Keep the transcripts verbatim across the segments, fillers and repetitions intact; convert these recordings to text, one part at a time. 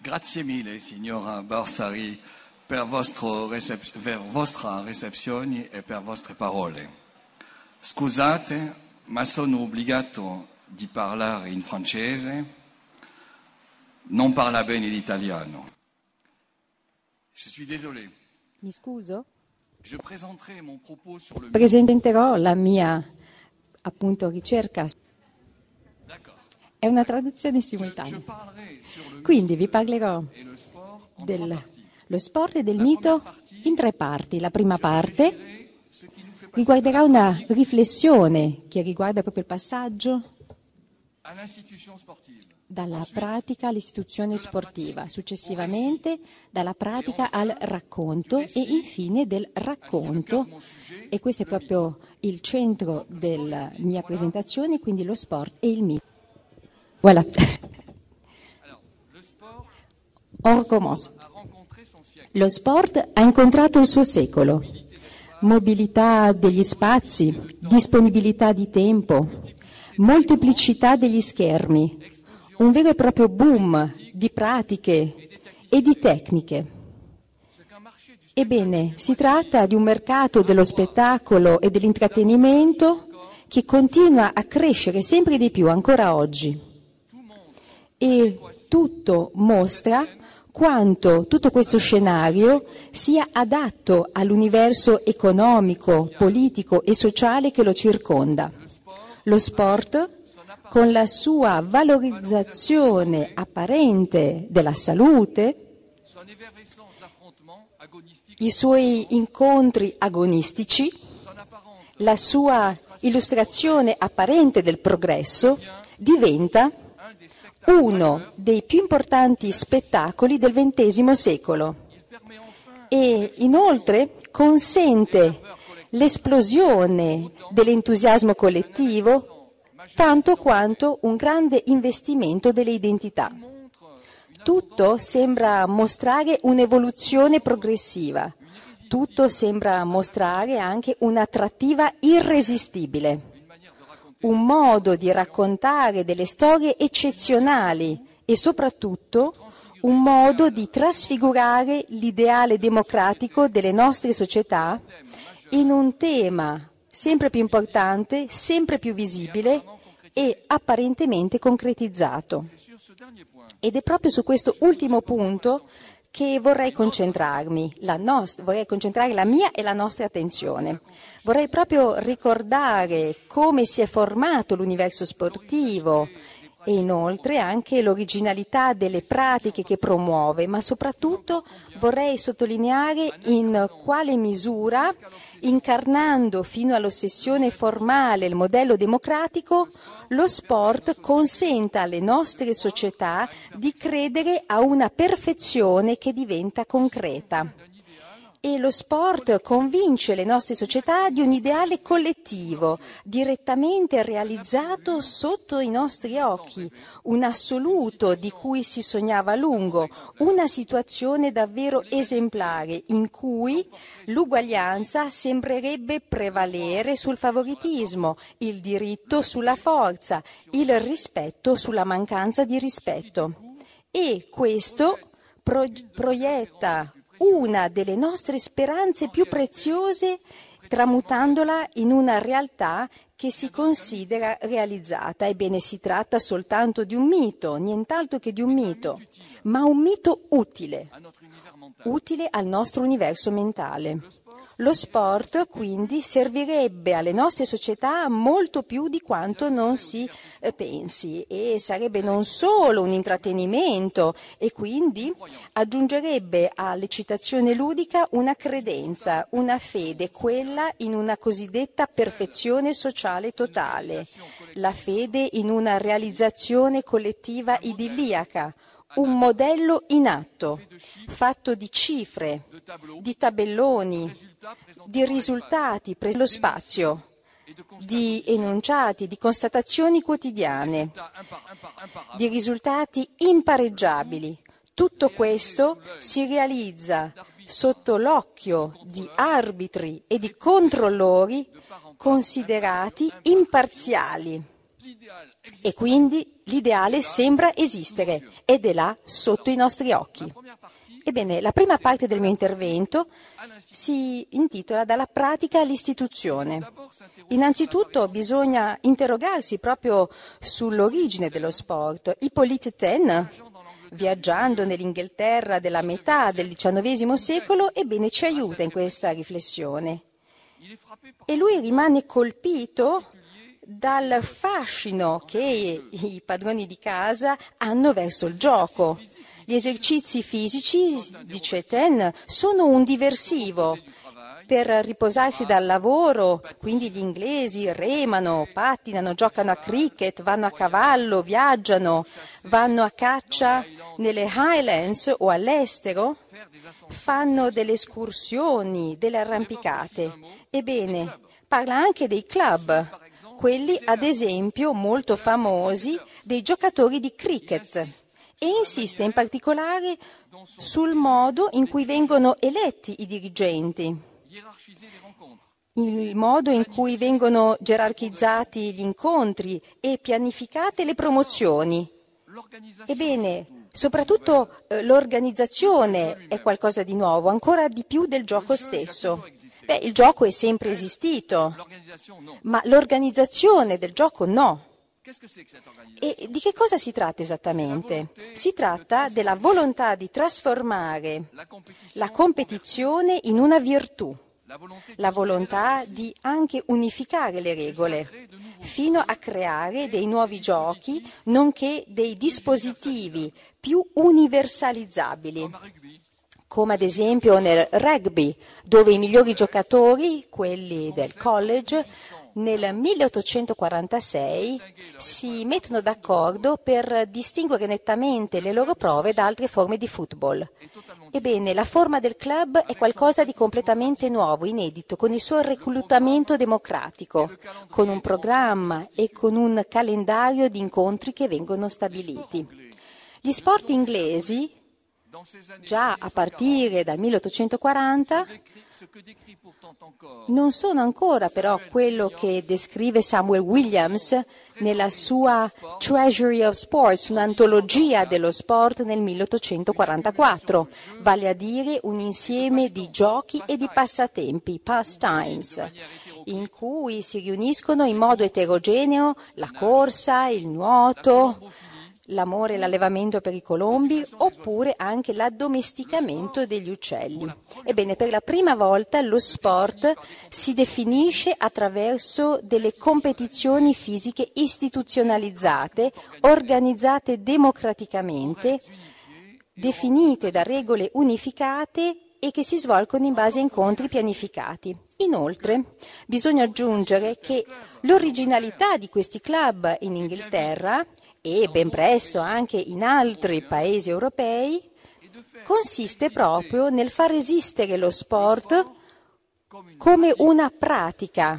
Grazie mille, signora Borsari, per vostro recep- per vostra recezione e per vostre parole. Scusate, ma sono obbligato di parlare in francese, non parla bene l'italiano. Je suis désolé. Mi scuso? Je présenterai mon propos sur le... Presenterò la mia, appunto, ricerca. D'accord. È una traduzione simultanea. Quindi vi parlerò dello sport e del mito in tre parti. La prima parte riguarderà una riflessione che riguarda proprio il passaggio dalla pratica all'istituzione sportiva, successivamente dalla pratica al racconto e infine del racconto, e questo è proprio il centro della mia presentazione, quindi lo sport e il mito. Voilà. On recommence. Lo sport ha incontrato il suo secolo. Mobilità degli spazi, disponibilità di tempo, molteplicità degli schermi, un vero e proprio boom di pratiche e di tecniche. Ebbene, si tratta di un mercato dello spettacolo e dell'intrattenimento che continua a crescere sempre di più ancora oggi. E tutto mostra quanto tutto questo scenario sia adatto all'universo economico, politico e sociale che lo circonda. Lo sport, con la sua valorizzazione apparente della salute, i suoi incontri agonistici, la sua illustrazione apparente del progresso, diventa uno dei più importanti spettacoli del ventesimo secolo e inoltre consente l'esplosione dell'entusiasmo collettivo tanto quanto un grande investimento delle identità. Tutto sembra mostrare un'evoluzione progressiva, tutto sembra mostrare anche un'attrattiva irresistibile. Un modo di raccontare delle storie eccezionali e soprattutto un modo di trasfigurare l'ideale democratico delle nostre società in un tema sempre più importante, sempre più visibile e apparentemente concretizzato. Ed è proprio su questo ultimo punto che vorrei concentrarmi, la nost- vorrei concentrare la mia e la nostra attenzione. Vorrei proprio ricordare come si è formato l'universo sportivo e inoltre anche l'originalità delle pratiche che promuove, ma soprattutto vorrei sottolineare in quale misura, incarnando fino all'ossessione formale il modello democratico, lo sport consenta alle nostre società di credere a una perfezione che diventa concreta. E lo sport convince le nostre società di un ideale collettivo, direttamente realizzato sotto i nostri occhi, un assoluto di cui si sognava a lungo, una situazione davvero esemplare in cui l'uguaglianza sembrerebbe prevalere sul favoritismo, il diritto sulla forza, il rispetto sulla mancanza di rispetto. E questo pro- proietta una delle nostre speranze più preziose, tramutandola in una realtà che si considera realizzata. Ebbene, si tratta soltanto di un mito, nient'altro che di un mito, ma un mito utile, utile al nostro universo mentale. Lo sport, quindi, servirebbe alle nostre società molto più di quanto non si eh, pensi e sarebbe non solo un intrattenimento e quindi aggiungerebbe all'eccitazione ludica una credenza, una fede, quella in una cosiddetta perfezione sociale totale, la fede in una realizzazione collettiva idilliaca, un modello in atto, fatto di cifre, di tabelloni, di risultati presi dallo spazio, di enunciati, di constatazioni quotidiane, di risultati impareggiabili. Tutto questo si realizza sotto l'occhio di arbitri e di controllori considerati imparziali. E quindi l'ideale sembra esistere ed è là sotto i nostri occhi. Ebbene, la prima parte del mio intervento si intitola Dalla pratica all'istituzione. Innanzitutto bisogna interrogarsi proprio sull'origine dello sport. Hippolyte Taine, viaggiando nell'Inghilterra della metà del diciannovesimo secolo, ebbene ci aiuta in questa riflessione. E lui rimane colpito dal fascino che i padroni di casa hanno verso il gioco. Gli esercizi fisici, dice Taine, sono un diversivo. Per riposarsi dal lavoro, quindi gli inglesi remano, pattinano, giocano a cricket, vanno a cavallo, viaggiano, vanno a caccia nelle Highlands o all'estero, fanno delle escursioni, delle arrampicate. Ebbene, parla anche dei club, quelli ad esempio molto famosi dei giocatori di cricket. E insiste in particolare sul modo in cui vengono eletti i dirigenti, il modo in cui vengono gerarchizzati gli incontri e pianificate le promozioni. Ebbene, soprattutto eh, l'organizzazione è qualcosa di nuovo, ancora di più del gioco stesso. Beh, il gioco è sempre esistito, ma l'organizzazione del gioco no. E di che cosa si tratta esattamente? Si tratta della volontà di trasformare la competizione in una virtù, la volontà di anche unificare le regole, fino a creare dei nuovi giochi, nonché dei dispositivi più universalizzabili, come ad esempio nel rugby, dove i migliori giocatori, quelli del college, nel milleottocentoquarantasei si mettono d'accordo per distinguere nettamente le loro prove da altre forme di football. Ebbene, la forma del club è qualcosa di completamente nuovo, inedito, con il suo reclutamento democratico, con un programma e con un calendario di incontri che vengono stabiliti. Gli sport inglesi, già a partire dal milleottocentoquaranta, non sono ancora però quello che descrive Samuel Williams nella sua Treasury of Sports, un'antologia dello sport nel milleottocentoquarantaquattro, vale a dire un insieme di giochi e di passatempi, pastimes, in cui si riuniscono in modo eterogeneo la corsa, il nuoto, l'amore e l'allevamento per i colombi, oppure anche l'addomesticamento degli uccelli. Ebbene, per la prima volta lo sport si definisce attraverso delle competizioni fisiche istituzionalizzate, organizzate democraticamente, definite da regole unificate e che si svolgono in base a incontri pianificati. Inoltre, bisogna aggiungere che l'originalità di questi club in Inghilterra e ben presto anche in altri paesi europei, consiste proprio nel far esistere lo sport come una pratica,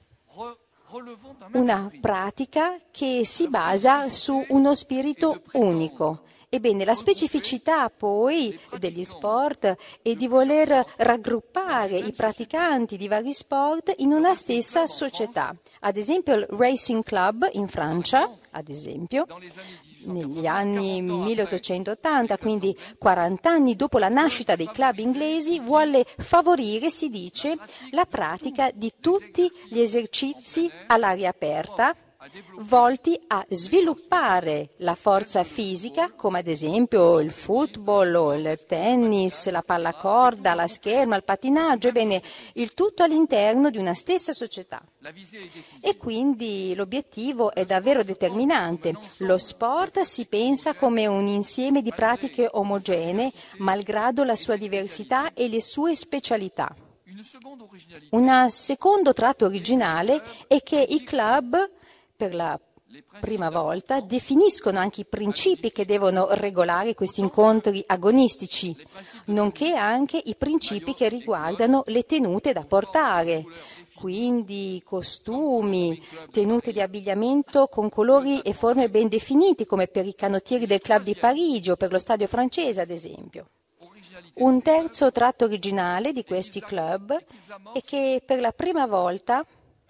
una pratica che si basa su uno spirito unico. Ebbene, la specificità poi degli sport è di voler raggruppare i praticanti di vari sport in una stessa società. Ad esempio il Racing Club in Francia, ad esempio, negli anni milleottocentottanta, quindi quaranta anni dopo la nascita dei club inglesi, vuole favorire, si dice, la pratica di tutti gli esercizi all'aria aperta, volti a sviluppare la forza fisica, come ad esempio il football o il tennis, la pallacorda, la scherma, il pattinaggio, ebbene, il tutto all'interno di una stessa società. E quindi l'obiettivo è davvero determinante. Lo sport si pensa come un insieme di pratiche omogenee, malgrado la sua diversità e le sue specialità. Un secondo tratto originale è che i club, per la prima volta, definiscono anche i principi che devono regolare questi incontri agonistici, nonché anche i principi che riguardano le tenute da portare, quindi costumi, tenute di abbigliamento con colori e forme ben definiti, come per i canottieri del Club di Parigi o per lo stadio francese, ad esempio. Un terzo tratto originale di questi club è che per la prima volta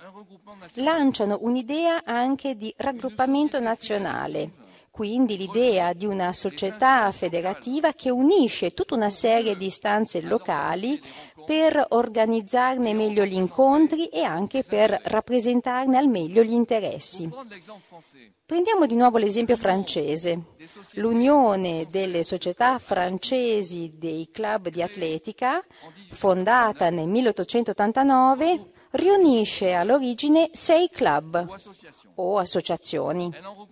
lanciano un'idea anche di raggruppamento nazionale, quindi l'idea di una società federativa che unisce tutta una serie di istanze locali per organizzarne meglio gli incontri e anche per rappresentarne al meglio gli interessi. Prendiamo di nuovo l'esempio francese. L'Unione delle società francesi dei club di atletica, fondata nel milleottocentottantanove, riunisce all'origine sei club o associazioni.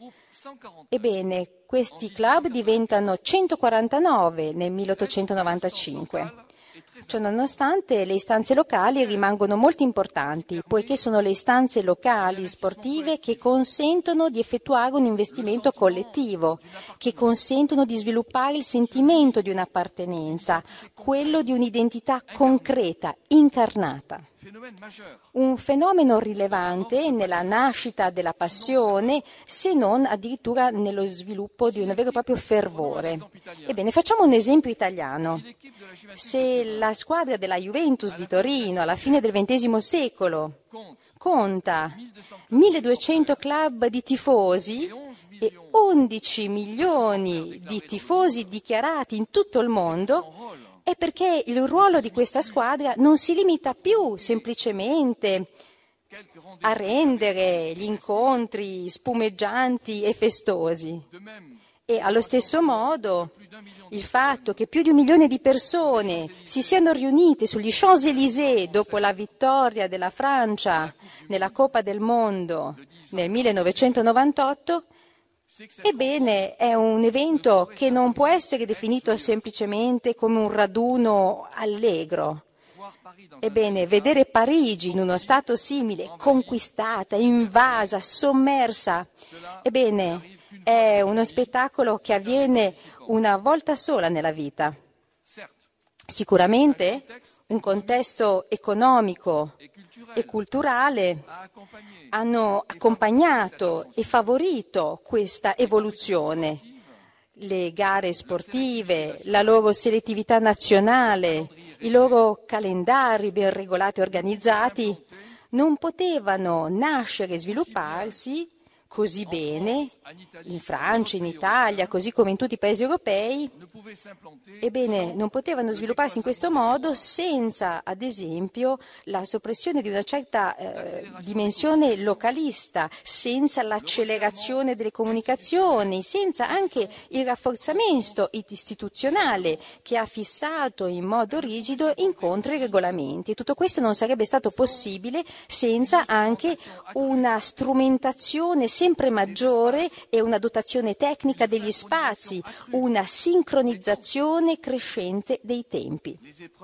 Ebbene, questi club diventano centoquarantanove nel milleottocentonovantacinque. Ciononostante, le istanze locali rimangono molto importanti, poiché sono le istanze locali sportive che consentono di effettuare un investimento collettivo, che consentono di sviluppare il sentimento di un'appartenenza, quello di un'identità concreta, incarnata. Un fenomeno rilevante nella nascita della passione, se non addirittura nello sviluppo di un vero e proprio fervore. Ebbene, facciamo un esempio italiano. Se la squadra della Juventus di Torino alla fine del ventesimo secolo conta milleduecento club di tifosi e undici milioni di tifosi dichiarati in tutto il mondo, è perché il ruolo di questa squadra non si limita più semplicemente a rendere gli incontri spumeggianti e festosi. E allo stesso modo il fatto che più di un milione di persone si siano riunite sugli Champs-Élysées dopo la vittoria della Francia nella Coppa del Mondo nel millenovecentonovantotto, ebbene, è un evento che non può essere definito semplicemente come un raduno allegro. Ebbene, vedere Parigi in uno stato simile, conquistata, invasa, sommersa, ebbene, è uno spettacolo che avviene una volta sola nella vita. Sicuramente un contesto economico e culturale hanno accompagnato e favorito questa evoluzione. Le gare sportive, la loro selettività nazionale, i loro calendari ben regolati e organizzati non potevano nascere e svilupparsi così bene in Francia, in Italia, così come in tutti i paesi europei. Ebbene, non potevano svilupparsi in questo modo senza, ad esempio, la soppressione di una certa eh, dimensione localista, senza l'accelerazione delle comunicazioni, senza anche il rafforzamento istituzionale che ha fissato in modo rigido incontri e regolamenti. Tutto questo non sarebbe stato possibile senza anche una strumentazione sempre maggiore e una dotazione tecnica degli spazi, una sincronizzazione crescente dei tempi.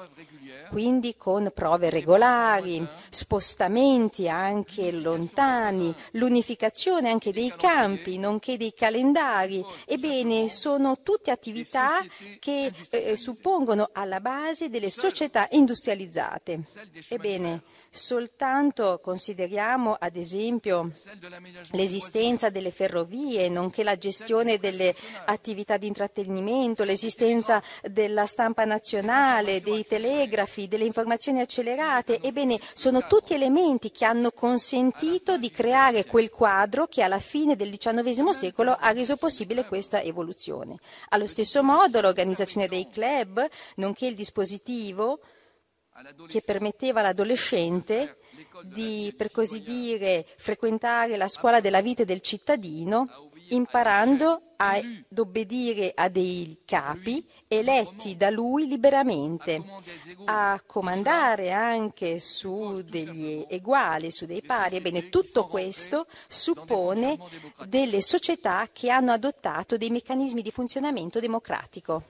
Quindi con prove regolari, spostamenti anche lontani, l'unificazione anche dei campi, nonché dei calendari. Ebbene, sono tutte attività che eh, suppongono alla base delle società industrializzate. Ebbene, soltanto consideriamo ad esempio l'esistenza delle ferrovie, nonché la gestione delle attività di intrattenimento, l'esistenza della stampa nazionale, dei telegrafi, delle informazioni accelerate. Ebbene, sono tutti elementi che hanno consentito di creare quel quadro che alla fine del diciannovesimo secolo ha reso possibile questa evoluzione. Allo stesso modo l'organizzazione dei club, nonché il dispositivo che permetteva all'adolescente di, per così dire, frequentare la scuola della vita del cittadino, imparando ad obbedire a dei capi eletti da lui liberamente, a comandare anche su degli eguali, su dei pari. Ebbene, tutto questo suppone delle società che hanno adottato dei meccanismi di funzionamento democratico.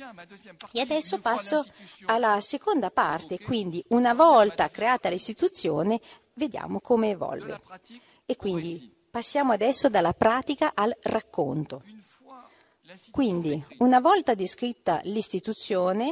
E adesso passo alla seconda parte, quindi una volta creata l'istituzione, vediamo come evolve. E quindi passiamo adesso dalla pratica al racconto. Quindi, una volta descritta l'istituzione,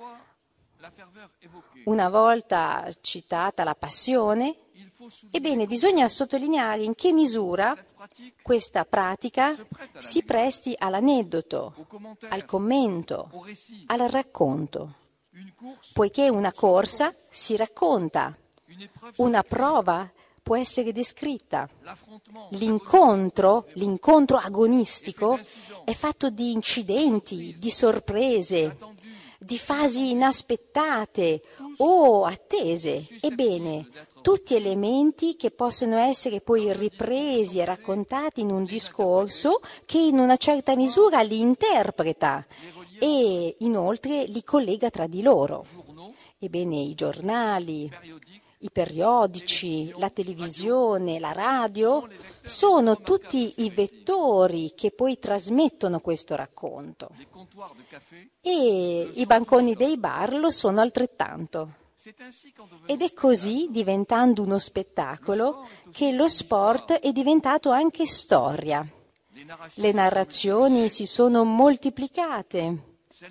una volta citata la passione, ebbene, bisogna sottolineare in che misura questa pratica si presti all'aneddoto, al commento, al racconto, poiché una corsa si racconta, una prova può essere descritta. L'incontro, l'incontro agonistico è fatto di incidenti, di sorprese, di fasi inaspettate o attese. Ebbene, tutti elementi che possono essere poi ripresi e raccontati in un discorso che in una certa misura li interpreta e inoltre li collega tra di loro. Ebbene, i giornali, i periodici, la televisione, la radio sono tutti i vettori che poi trasmettono questo racconto. E i banconi dei bar lo sono altrettanto. Ed è così, diventando uno spettacolo, che lo sport è diventato anche storia. Le narrazioni si sono moltiplicate,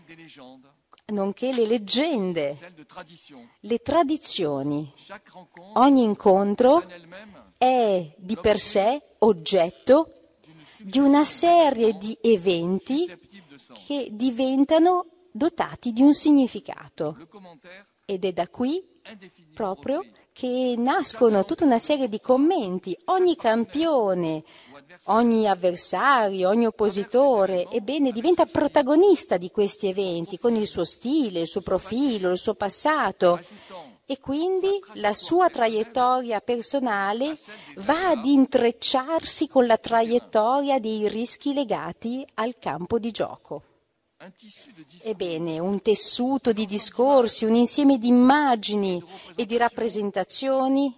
nonché le leggende, le tradizioni. Ogni incontro è di per sé oggetto di una serie di eventi che diventano dotati di un significato. Ed è da qui proprio che nascono tutta una serie di commenti. Ogni campione, ogni avversario, ogni oppositore, ebbene, diventa protagonista di questi eventi con il suo stile, il suo profilo, il suo passato. E quindi la sua traiettoria personale va ad intrecciarsi con la traiettoria dei rischi legati al campo di gioco. Ebbene, un tessuto di discorsi, un insieme di immagini e di rappresentazioni,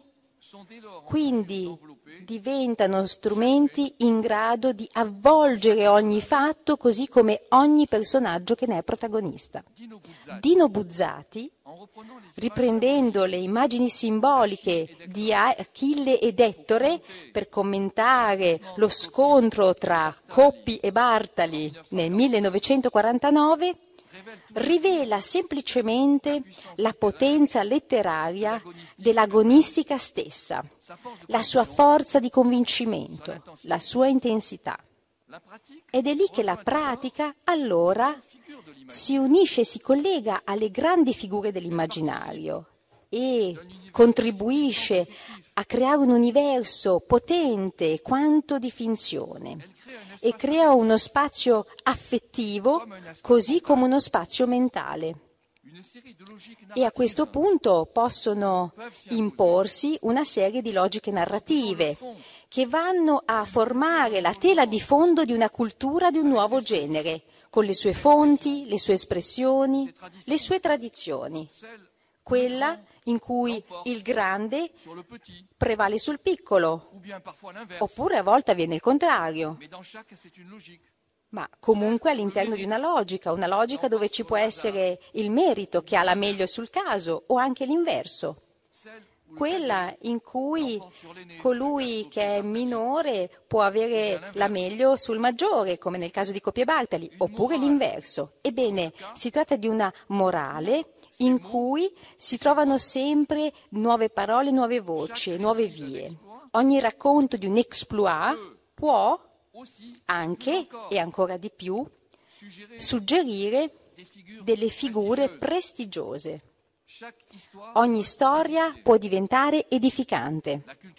quindi diventano strumenti in grado di avvolgere ogni fatto così come ogni personaggio che ne è protagonista. Dino Buzzati, riprendendo le immagini simboliche di Achille ed Ettore per commentare lo scontro tra Coppi e Bartali nel millenovecentoquarantanove, rivela semplicemente la potenza letteraria dell'agonistica stessa, la sua forza di convincimento, la sua intensità. Ed è lì che la pratica, allora, si unisce e si collega alle grandi figure dell'immaginario e contribuisce a creare un universo potente quanto di finzione e crea uno spazio affettivo così come uno spazio mentale. E a questo punto possono imporsi una serie di logiche narrative che vanno a formare la tela di fondo di una cultura di un nuovo genere, con le sue fonti, le sue espressioni, le sue tradizioni. Quella in cui il grande prevale sul piccolo, oppure a volte avviene il contrario. Ma comunque all'interno di una logica, una logica dove ci può essere il merito che ha la meglio sul caso o anche l'inverso. Quella in cui colui che è minore può avere la meglio sul maggiore, come nel caso di Coppi e Bartali, oppure l'inverso. Ebbene, si tratta di una morale in cui si trovano sempre nuove parole, nuove voci, nuove vie. Ogni racconto di un exploit può anche, e ancora di più, suggerire delle figure prestigiose. Ogni storia può diventare edificante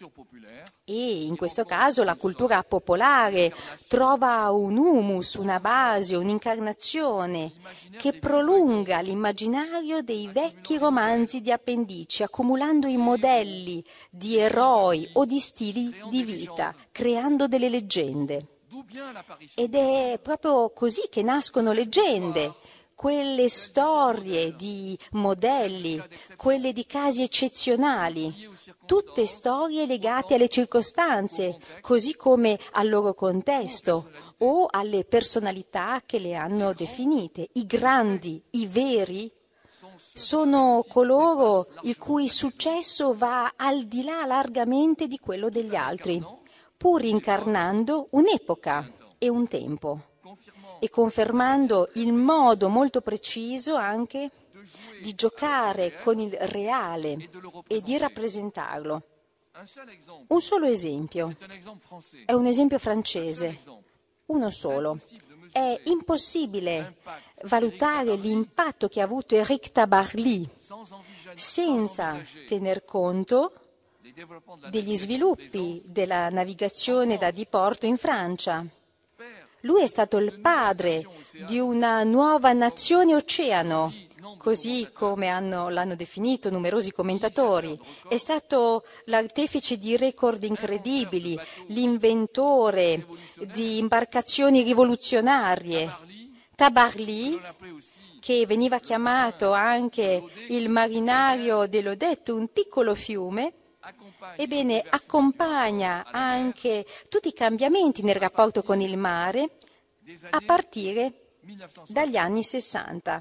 e in questo caso la cultura popolare trova un humus, una base, un'incarnazione che prolunga l'immaginario dei vecchi romanzi di appendici, accumulando i modelli di eroi o di stili di vita, creando delle leggende. Ed è proprio così che nascono leggende. Quelle storie di modelli, quelle di casi eccezionali, tutte storie legate alle circostanze, così come al loro contesto o alle personalità che le hanno definite. I grandi, i veri, sono coloro il cui successo va al di là largamente di quello degli altri, pur incarnando un'epoca e un tempo. E confermando il modo molto preciso anche di giocare con il reale e di rappresentarlo. Un solo esempio, è un esempio francese, uno solo. È impossibile valutare l'impatto che ha avuto Éric Tabarly senza tener conto degli sviluppi della navigazione da diporto in Francia. Lui è stato il padre di una nuova nazione oceano, così come hanno, l'hanno definito numerosi commentatori. È stato l'artefice di record incredibili, l'inventore di imbarcazioni rivoluzionarie. Tabarly, che veniva chiamato anche il marinaio dell'Odette, un piccolo fiume, ebbene, accompagna anche tutti i cambiamenti nel rapporto con il mare a partire dagli anni sessanta.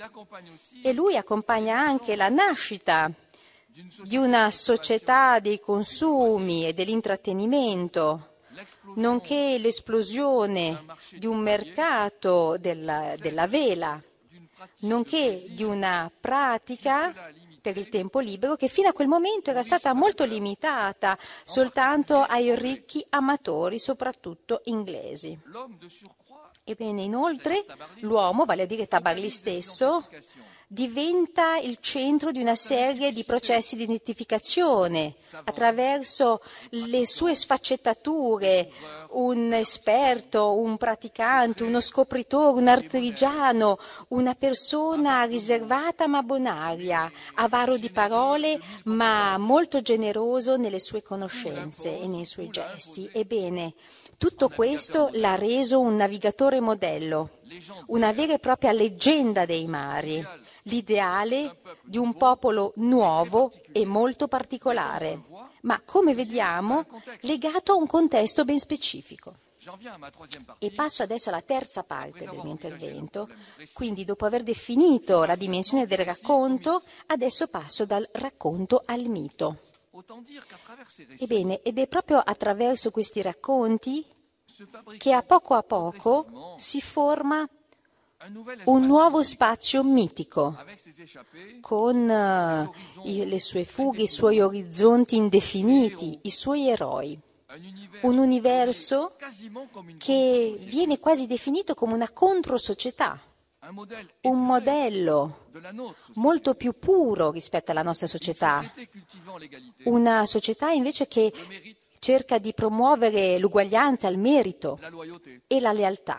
E lui accompagna anche la nascita di una società dei consumi e dell'intrattenimento, nonché l'esplosione di un mercato della, della vela, nonché di una pratica per il tempo libero che fino a quel momento era stata molto limitata soltanto ai ricchi amatori, soprattutto inglesi. Ebbene, inoltre, l'uomo, vale a dire Tabarly stesso, diventa il centro di una serie di processi di identificazione attraverso le sue sfaccettature, un esperto, un praticante, uno scopritore, un artigiano, una persona riservata ma bonaria, avaro di parole ma molto generoso nelle sue conoscenze e nei suoi gesti. Ebbene, tutto questo l'ha reso un navigatore modello, una vera e propria leggenda dei mari, l'ideale di un popolo nuovo e molto particolare, ma come vediamo legato a un contesto ben specifico. E passo adesso alla terza parte del mio intervento, quindi dopo aver definito la dimensione del racconto, adesso passo dal racconto al mito. Ebbene, ed è proprio attraverso questi racconti che a poco a poco si forma un nuovo spazio mitico, con uh, i, le sue fughe, i suoi orizzonti indefiniti, i suoi eroi. Un universo che viene quasi definito come una controsocietà, un modello molto più puro rispetto alla nostra società, una società invece che cerca di promuovere l'uguaglianza, il merito e la lealtà.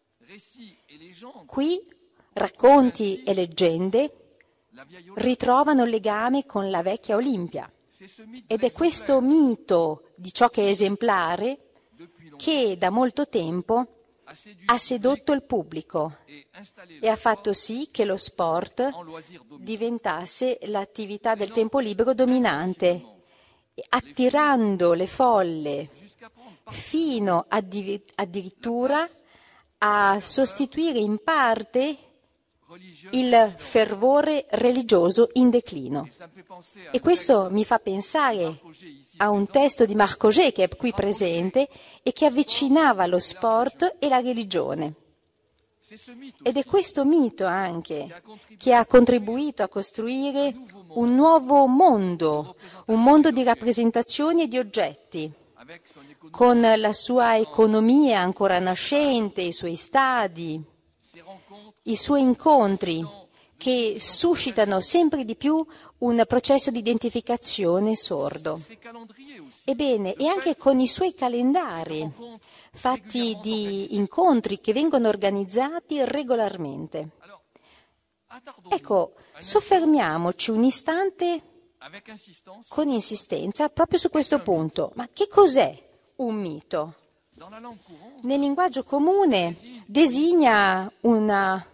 Qui racconti e leggende ritrovano il legame con la vecchia Olimpia ed è questo mito di ciò che è esemplare che da molto tempo ha sedotto il pubblico e ha fatto sì che lo sport diventasse l'attività del tempo libero dominante, attirando le folle fino addi- addirittura a sostituire in parte il fervore religioso in declino. E questo mi fa pensare a un testo di Marc Augé che è qui presente e che avvicinava lo sport e la religione. Ed è questo mito anche che ha contribuito a costruire un nuovo mondo, un mondo di rappresentazioni e di oggetti, con la sua economia ancora nascente, i suoi stadi, i suoi incontri che suscitano sempre di più un processo di identificazione sordo. Ebbene, e anche con i suoi calendari, fatti di incontri che vengono organizzati regolarmente. Ecco, soffermiamoci un istante con insistenza proprio su questo punto. Ma che cos'è un mito? Nel linguaggio comune designa una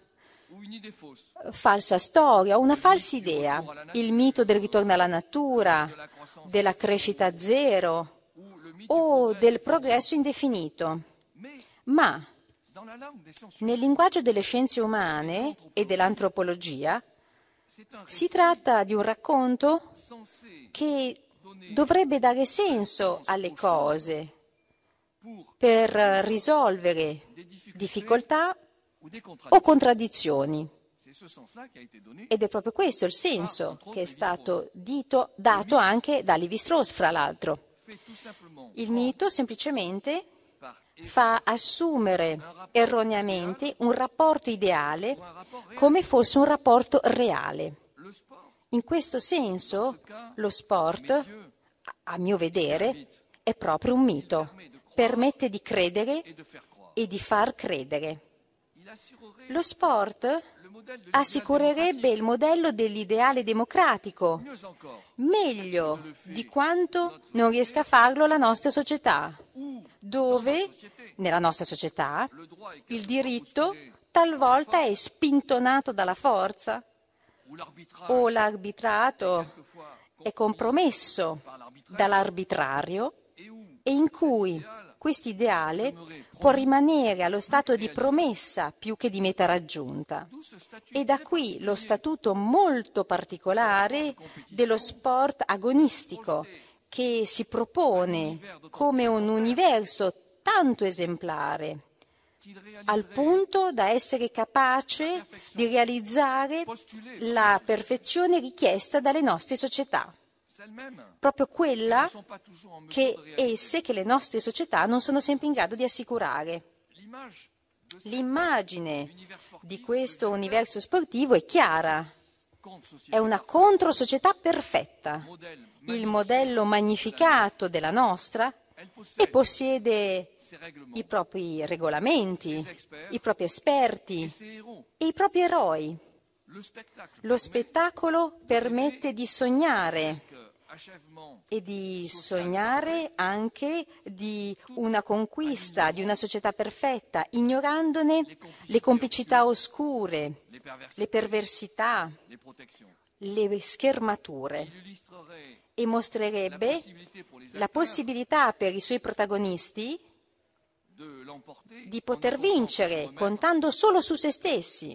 falsa storia, una falsa idea, il mito del ritorno alla natura, della crescita zero o del progresso indefinito. Ma nel linguaggio delle scienze umane e dell'antropologia si tratta di un racconto che dovrebbe dare senso alle cose per risolvere difficoltà o contraddizioni. Ed è proprio questo il senso che è stato dito, dato anche da Lévi-Strauss, fra l'altro. Il mito semplicemente fa assumere erroneamente un rapporto ideale come fosse un rapporto reale. In questo senso lo sport a mio vedere, è proprio un mito. Permette di credere e di far credere. Lo sport assicurerebbe il modello dell'ideale democratico, meglio di quanto non riesca a farlo la nostra società, dove, nella nostra società, il diritto talvolta è spintonato dalla forza o l'arbitrato è compromesso dall'arbitrario e in cui quest'ideale può rimanere allo stato di promessa più che di meta raggiunta. E da qui lo statuto molto particolare dello sport agonistico, che si propone come un universo tanto esemplare, al punto da essere capace di realizzare la perfezione richiesta dalle nostre società. Proprio quella che esse, che le nostre società non sono sempre in grado di assicurare. L'immagine di questo universo sportivo è chiara. È una controsocietà perfetta, il modello magnificato della nostra, e possiede i propri regolamenti, i propri esperti e i propri eroi. Lo spettacolo permette di sognare e di sognare anche di una conquista, di una società perfetta, ignorandone le complicità oscure, le perversità, le schermature, e mostrerebbe la possibilità per i suoi protagonisti di poter vincere contando solo su se stessi,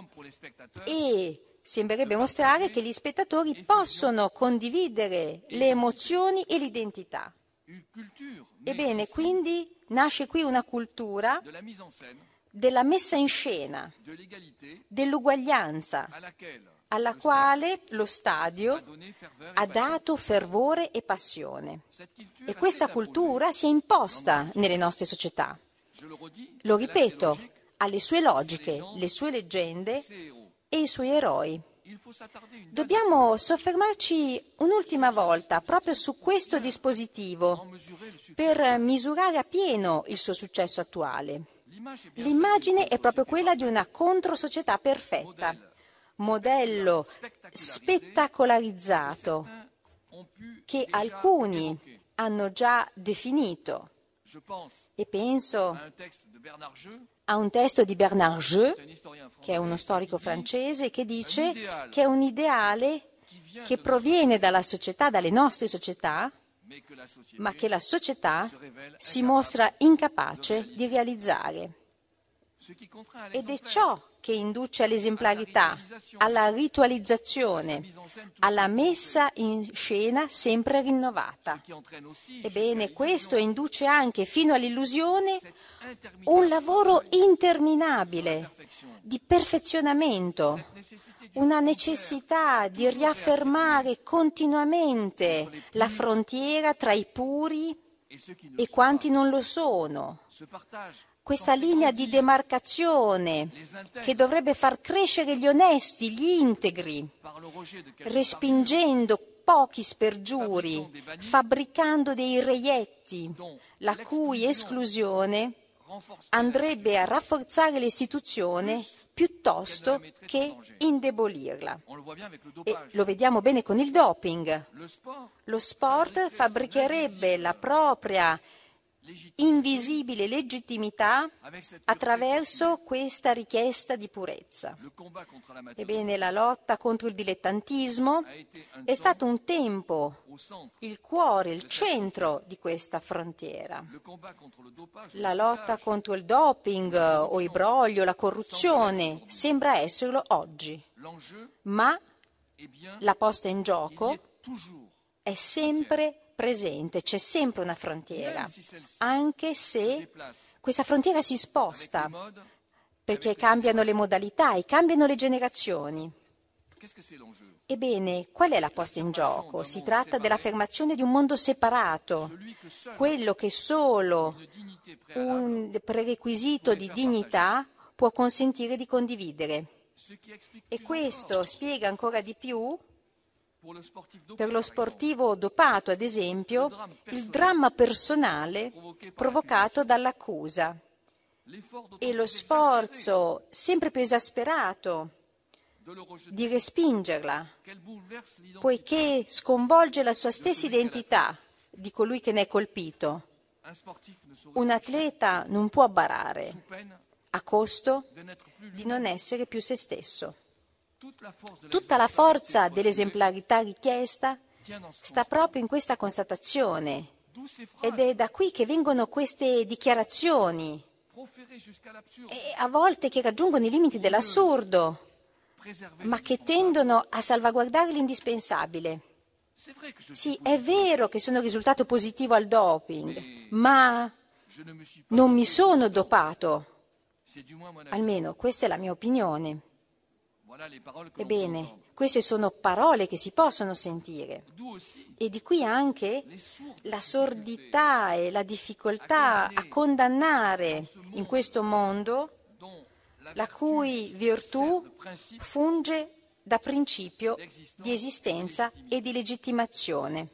e sembrerebbe mostrare che gli spettatori possono condividere le emozioni e l'identità. Ebbene, quindi nasce qui una cultura della messa in scena, dell'uguaglianza, alla quale lo stadio ha dato fervore e passione. E questa cultura si è imposta nelle nostre società. Lo ripeto, ha le sue logiche, le sue leggende e i suoi eroi. Dobbiamo soffermarci un'ultima volta proprio su questo dispositivo per misurare appieno il suo successo attuale. L'immagine è proprio quella di una controsocietà perfetta, modello spettacolarizzato che alcuni hanno già definito, e penso a un testo di Bernard Jeu, che è uno storico francese, che dice che è un ideale che proviene dalla società, dalle nostre società, ma che la società si mostra incapace di realizzare. Ed è ciò che induce all'esemplarità, alla ritualizzazione, alla messa in scena sempre rinnovata. Ebbene, questo induce anche fino all'illusione un lavoro interminabile di perfezionamento, una necessità di riaffermare continuamente la frontiera tra i puri e quanti non lo sono. Questa linea di demarcazione che dovrebbe far crescere gli onesti, gli integri, respingendo pochi spergiuri, fabbricando dei reietti, la cui esclusione andrebbe a rafforzare l'istituzione piuttosto che indebolirla. E lo vediamo bene con il doping. Lo sport fabbricherebbe la propria invisibile legittimità attraverso questa richiesta di purezza. Ebbene, la lotta contro il dilettantismo è stato un tempo il cuore, il centro di questa frontiera. La lotta contro il doping o il broglio, la corruzione sembra esserlo oggi, ma la posta in gioco è sempre presente, c'è sempre una frontiera, anche se questa frontiera si sposta, perché cambiano le modalità e cambiano le generazioni. Ebbene, qual è la posta in gioco? Si tratta dell'affermazione di un mondo separato, quello che solo un prerequisito di dignità può consentire di condividere. E questo spiega ancora di più Per lo sportivo dopato, ad esempio, il dramma personale provocato dall'accusa e lo sforzo sempre più esasperato di respingerla, poiché sconvolge la sua stessa identità di colui che ne è colpito. Un atleta non può barare, a costo di non essere più se stesso. Tutta la forza dell'esemplarità richiesta sta proprio in questa constatazione, ed è da qui che vengono queste dichiarazioni, e a volte che raggiungono i limiti dell'assurdo, ma che tendono a salvaguardare l'indispensabile. Sì, è vero che sono risultato positivo al doping, ma non mi sono dopato. Almeno questa è la mia opinione. Ebbene, queste sono parole che si possono sentire, e di qui anche la sordità e la difficoltà a condannare in questo mondo la cui virtù funge da principio di esistenza e di legittimazione.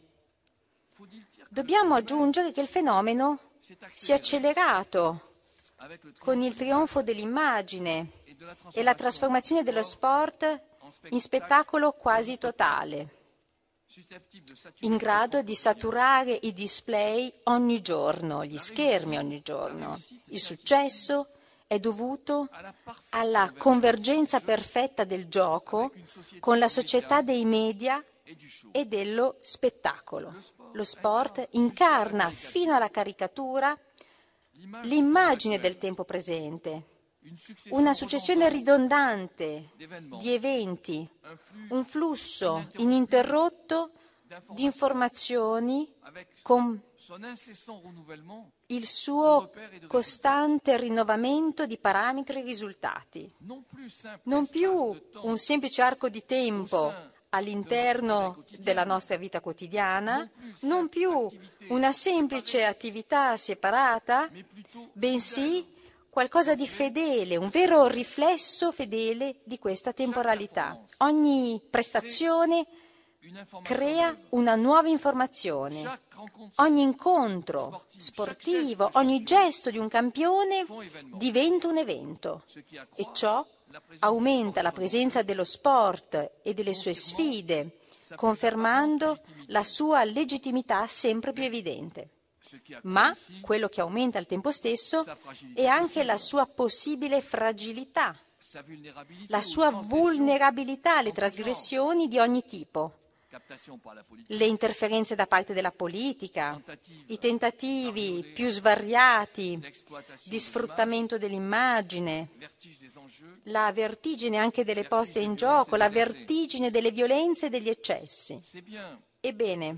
Dobbiamo aggiungere che il fenomeno si è accelerato con il trionfo dell'immagine e la trasformazione dello sport in spettacolo quasi totale, in grado di saturare i display ogni giorno, gli schermi ogni giorno. Il successo è dovuto alla convergenza perfetta del gioco con la società dei media e dello spettacolo. Lo sport incarna fino alla caricatura l'immagine del tempo presente, una successione ridondante di eventi, un flusso ininterrotto di informazioni con il suo costante rinnovamento di parametri e risultati. Non più un semplice arco di tempo all'interno della nostra vita quotidiana, non più una semplice attività separata, bensì qualcosa di fedele, un vero riflesso fedele di questa temporalità. Ogni prestazione crea una nuova informazione. Ogni incontro sportivo, ogni gesto di un campione diventa un evento, e ciò aumenta la presenza dello sport e delle sue sfide, confermando la sua legittimità sempre più evidente. Ma quello che aumenta al tempo stesso è anche la sua possibile fragilità, la sua vulnerabilità alle trasgressioni di ogni tipo. Le interferenze da parte della politica, i tentativi più svariati di sfruttamento dell'immagine, la vertigine anche delle poste in gioco, la vertigine delle violenze e degli eccessi. Ebbene,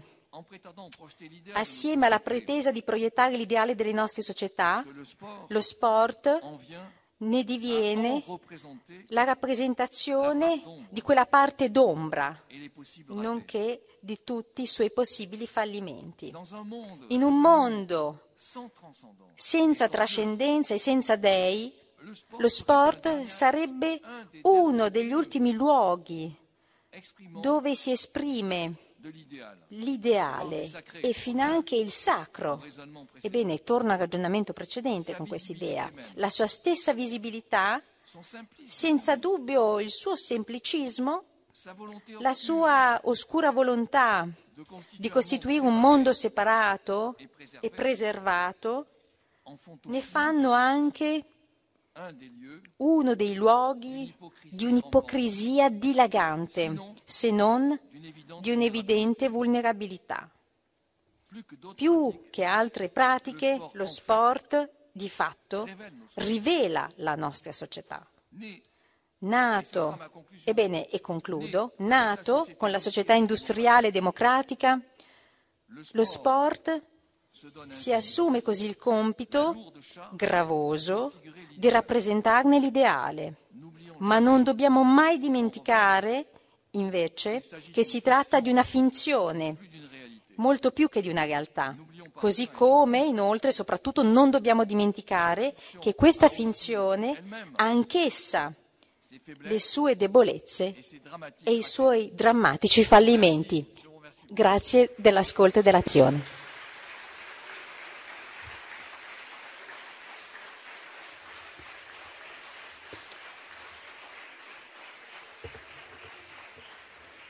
assieme alla pretesa di proiettare l'ideale delle nostre società, lo sport ne diviene la rappresentazione di quella parte d'ombra, nonché di tutti i suoi possibili fallimenti. In un mondo senza trascendenza e senza dei, lo sport sarebbe uno degli ultimi luoghi dove si esprime l'ideale e finanche il sacro. Ebbene, torno al ragionamento precedente con quest'idea. La sua stessa visibilità, senza dubbio il suo semplicismo, la sua oscura volontà di costituire un mondo separato e preservato, ne fanno anche uno dei luoghi di un'ipocrisia dilagante, se non di un'evidente vulnerabilità. Più che altre pratiche, lo sport, di fatto, rivela la nostra società. Nato, ebbene, e concludo, nato con la società industriale e democratica, lo sport si assume così il compito gravoso di rappresentarne l'ideale, ma non dobbiamo mai dimenticare, invece, che si tratta di una finzione, molto più che di una realtà. Così come, inoltre, soprattutto non dobbiamo dimenticare che questa finzione, anch'essa, le sue debolezze e i suoi drammatici fallimenti. Grazie dell'ascolto e dell'azione.